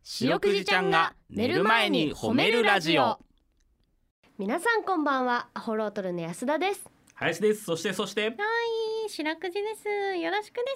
白くじちゃんが寝る前に褒めるラジオ。 皆さんこんばんは。アホロートルの安田です。 林です。そしてはい、白くじです。よろしくです。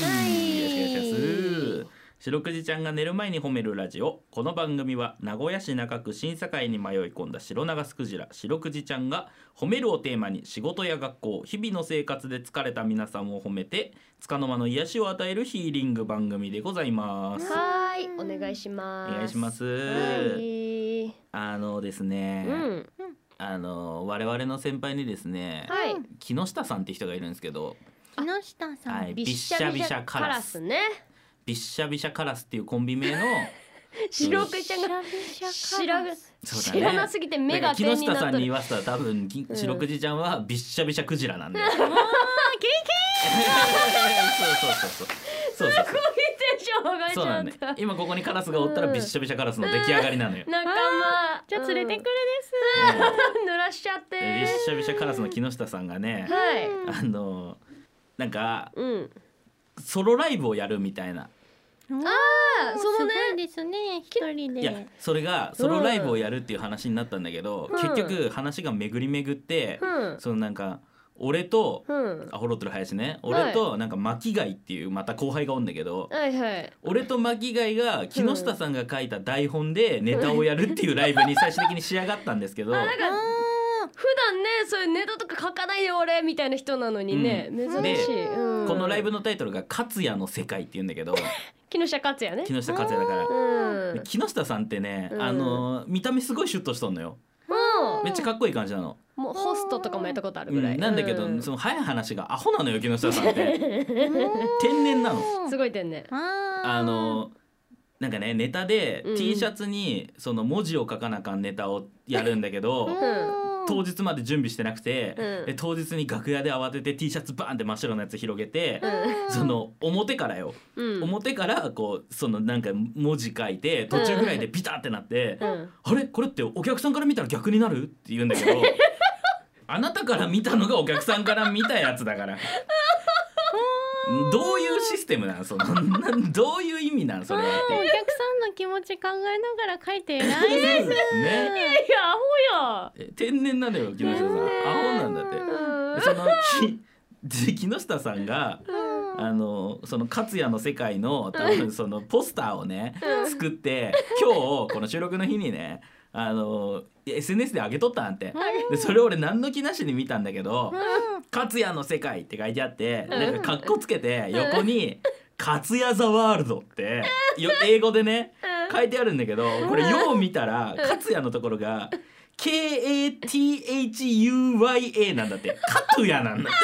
はい、よろしくお願いします。白くじちゃんが寝る前に褒めるラジオ。この番組は名古屋市中区審査会に迷い込んだ白長スクジラ白くじちゃんが褒めるをテーマに仕事や学校日々の生活で疲れた皆さんを褒めて束の間の癒しを与えるヒーリング番組でございます。 はい、お願いします。 お願いします。 はい、 ですね、我々の先輩にですね、 はい、 木下さんって人がいるんですけど、 木下さん、 はい、ビッシャビシャカラスね。 ビッシャビシャカラスっていうコンビ名の白くちゃんが知らなすぎて目が点になっとる。 木下さんに言わせたら多分白くじちゃんはビッシャビシャクジラなんで。 そうすごいテンション上がっちゃった。 そうなんで、今ここにカラスがおったらビッシャビシャカラスの出来上がりなのよ。 仲間、 じゃあ連れてくるです。 濡らしちゃって。 ビッシャビシャカラスの木下さんがね、 はい、 なんか、ソロライブをやるみたいな。 そのね、 すごいですね、一人で。 いや、それがソロライブをやるっていう話になったんだけど、結局話が巡り巡って、そのなんか俺と、アホロットル林ね、俺となんか巻貝っていうまた後輩がおんだけど、俺と巻貝が木下さんが書いた台本でネタをやるっていうライブに最終的に仕上がったんですけど、 なんか普段ね、そういうネタとか書かないよ俺みたいな人なのにね、珍しい。 このライブのタイトルが勝也の世界って言うんだけど、 木下克也ね。 木下克也だから、木下さんってね、見た目すごいシュッとしとんのよ。めっちゃかっこいい感じなの。 もうホストとかもやったことあるぐらい、 なんだけど、その早い話がアホなのよ、木下さんって天然なの。 すごい天然。 なんかね、ネタで T シャツにその文字を書かなあかんネタをやるんだけど、当日まで準備してなくて、当日に楽屋で慌てて T シャツバーンって真っ白なやつ広げて、その表からよ、表からこうそのなんか文字書いて途中ぐらいでピタってなって、あれこれってお客さんから見たら逆になるって言うんだけどあなたから見たのがお客さんから見たやつだからどういうシステムなん、そのどういう意味なんそれって。 お客さんの気持ち考えながら書いて偉いですね。 いやアホや。 天然なのよ木下さん、アホなんだって。その木下さんがその勝也の世界の多分そのポスターをね作って今日この収録の日にねSNS で上げとったんて。でそれ俺何の気なしに見たんだけど、勝也の世界って書いてあって、なんかカッコつけて横に勝也ザワールドって英語でね書いてあるんだけど、これよう見たら勝也のところが KATHUYA なんだって。カトゥヤなんだって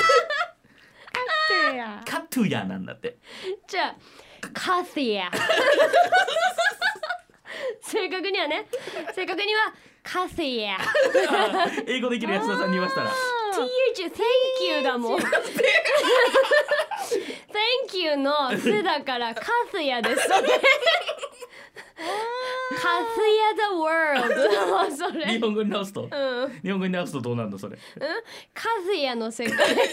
カトゥヤなんだって。 じゃあカスヤ正確にはカスヤ英語できる安田さんに言わせたら TH Thank you だもんThank you のせだからカスヤです。カスヤ the world それ日本語に直すと、日本語に直すとどうなんだそれ。 カスヤの世界かっこいいです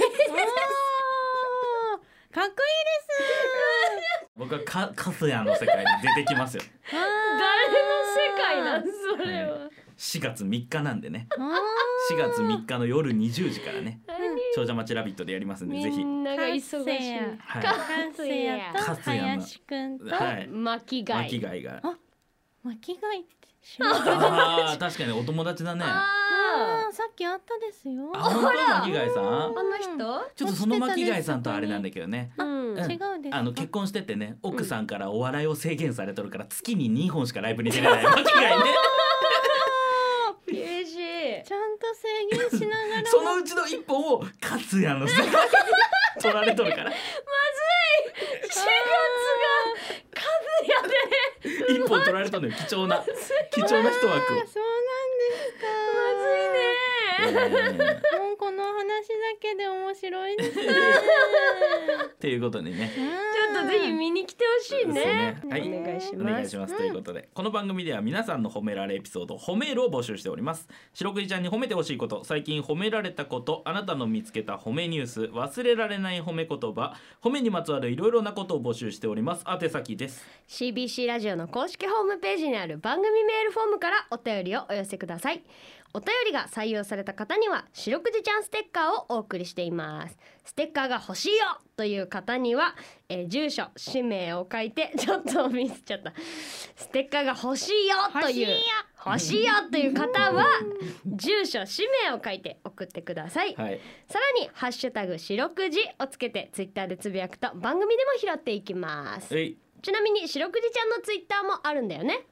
僕はカスヤの世界に出てきますよ。 誰の世界なんそれは。 4月3日なんでね、4月3日の夜20時からね長者町ラビットでやりますんで、ぜひ。 みんなが忙しい。 カスヤと林くんと巻貝が巻貝って確かにお友達だね。 さっき会ったですよ。 本当巻貝さん。 あの人ちょっとその巻貝さんとあれなんだけどね、 違うですか。 結婚しててね、奥さんからお笑いを制限されてるから月に2本しかライブに出れない巻貝ね。 厳しい。 ちゃんと制限しながらそのうちの1本を勝也の世界取られとるから。まずい。4月が勝也で 1本取られたのよ。貴重な一枠を。 そうなんですか。 まずいね。 もうこの話けで面白いですね。 ということでね。 ちょっとぜひ見に来てほしいね。 はい、 お願いしおます。 願いします。ということで、この番組では皆さんの褒められエピソード、褒めールを募集しております。白くじちゃんに褒めてほしいこと、最近褒められたこと、あなたの見つけた褒めニュース、忘れられない褒め言葉、褒めにまつわるいろいろなことを募集しております。宛先です。 CBC ラジオの公式ホームページにある番組メールフォームからお便りをお寄せください。お便りが採用された方には白くじちゃんステッカーをお送りしています。ステッカーが欲しいよという方には、住所氏名を書いて、ちょっとミスっちゃった、ステッカーが欲しいよという欲しいよという方は住所氏名を書いて送ってください、 はい、 さらにハッシュタグ白くじをつけてツイッターでつぶやくと番組でも拾っていきます。ちなみに白くじちゃんのツイッターもあるんだよね。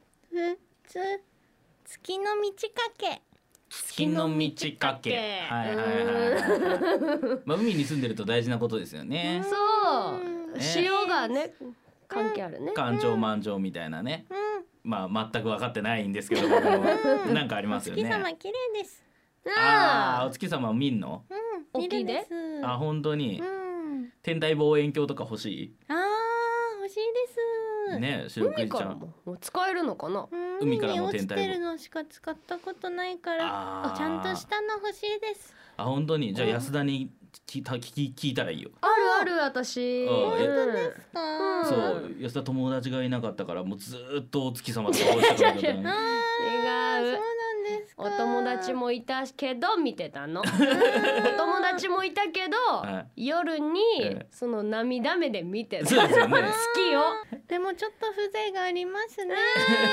月の満ち欠け。 月の満ち欠け。はいはいはい。まあ海に住んでると大事なことですよね。 そう。潮がね関係あるね。 干潮満潮みたいなね。まあ全く分かってないんですけど、僕もなんかありますよね。 お月様綺麗です。 ああ、お月様を見んの？ 大きいで。 あ、本当に。天体望遠鏡とか欲しい？ ああ、欲しいです。 ね、白くじちゃん。 もう使えるのかな？ 海からも天体望。 落ちてるのしか使ったことないからちゃんとしたの欲しいです。 あ、本当に。じゃあ安田に聞いたらいいよ。 ある私。 本当ですか？ そう、安田友達がいなかったからもうずっとお月様とかしたかった。違う。 そうなんですか。 お友達もいたけど見てたの。お友達もいたけど、夜にその涙目で見てた。 そうですよね。 好きよ。 でもちょっと風情がありますね。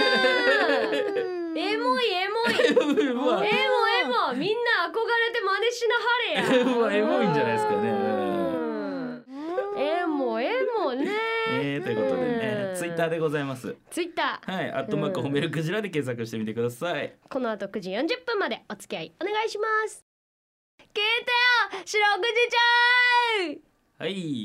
エモいみんな憧れて真似しなはれや。 エモいんじゃないですかね。 エモね。 ということでね、ツイッターでございます。 ツイッター。はい、@褒めるクジラで検索してみてください。 この後9時40分までお付き合いお願いします。聞いてよ、白くじちゃん。 はい、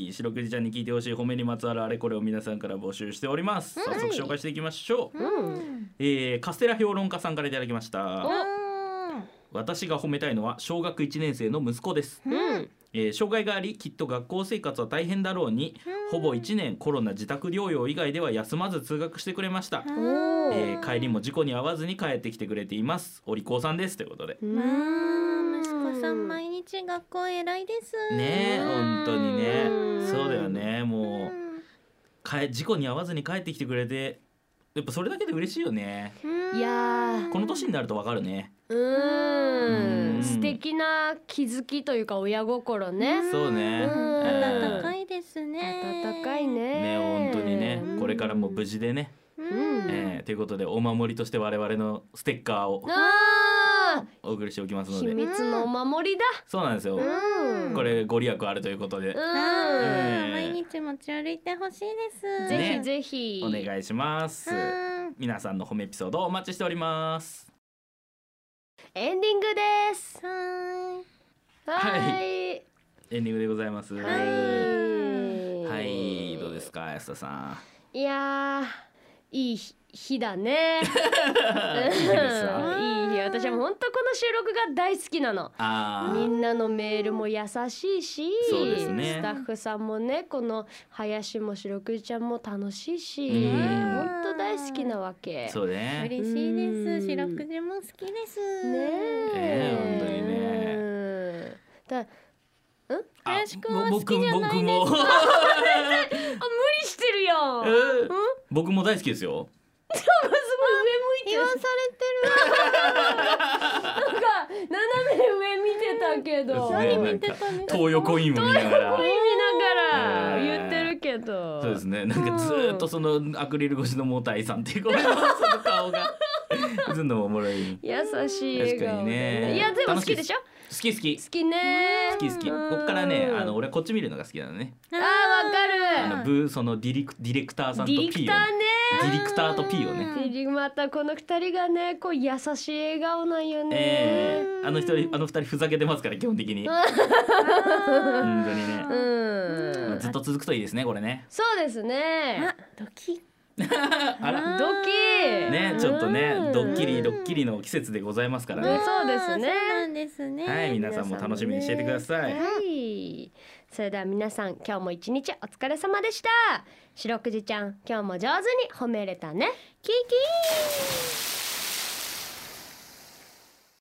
白くじちゃんに聞いてほしい褒めにまつわるあれこれを皆さんから募集しております。早速紹介していきましょう。カステラ評論家さんからいただきました。私が褒めたいのは小学1年生の息子です。障害がありきっと学校生活は大変だろうに、ほぼ1年コロナ自宅療養以外では休まず通学してくれました。帰りも事故に遭わずに帰ってきてくれています。お利口さんですということで。 息子さん毎日学校偉いですね。本当にね、そうだよね。もう事故に遭わずに帰ってきてくれて、やっぱそれだけで嬉しいよね。 いやこの年になるとわかるね。 素敵な気づきというか親心ね。 そうね。 温かいですね。 温かいね。 ね、本当にね。これからも無事でね。ということでお守りとして我々のステッカーをお送りしておきますので。 秘密のお守りだ。 そうなんですよ。これご利益あるということで。 毎日持ち歩いてほしいです。 ぜひぜひお願いします。皆さんの褒めエピソードお待ちしております。 エンディングです。 はい。エンディングでございます。はい、どうですか安田さん。 いやいい日だね。いい日。私は本当この収録が大好きなの。みんなのメールも優しいし、 そうですね、 スタッフさんもね、この林も白くじちゃんも楽しいし、本当大好きなわけ。 そうね。 嬉しいです。白くじも好きです。 ね、 本当にね。 林くんは好きじゃないですか。 無理してるよ。 僕も大好きですよ。 すごい上向いて言わされてる。 なんか斜め上見てたけど。 何見てたの？ 東横インを見ながら。 言ってるけど。 そうですね。なんかずっとそのアクリル越しのモーターさんっていうその顔がずんのもおもろい。 優しい笑顔。確かにね。いやでも好きでしょ？ 好きね。 好き。こっからね、俺こっち見るのが好きなのね。 わかる。 そのディレクターさんと P を。ディレクターと P をね。 またこの二人がね、こう優しい笑顔なんよね。 あの二人ふざけてますから基本的に。本当にね。ずっと続くといいですねこれね。 そうですね。 ドキッ。 あらドキね、ちょっとねうんドッキリの季節でございますからね。 そうですねそうなんですね。 はい、皆さんも楽しみにしていてください。 はいそれでは皆さん今日も一日お疲れ様でした。白くじちゃん今日も上手に褒めれたね。 キキー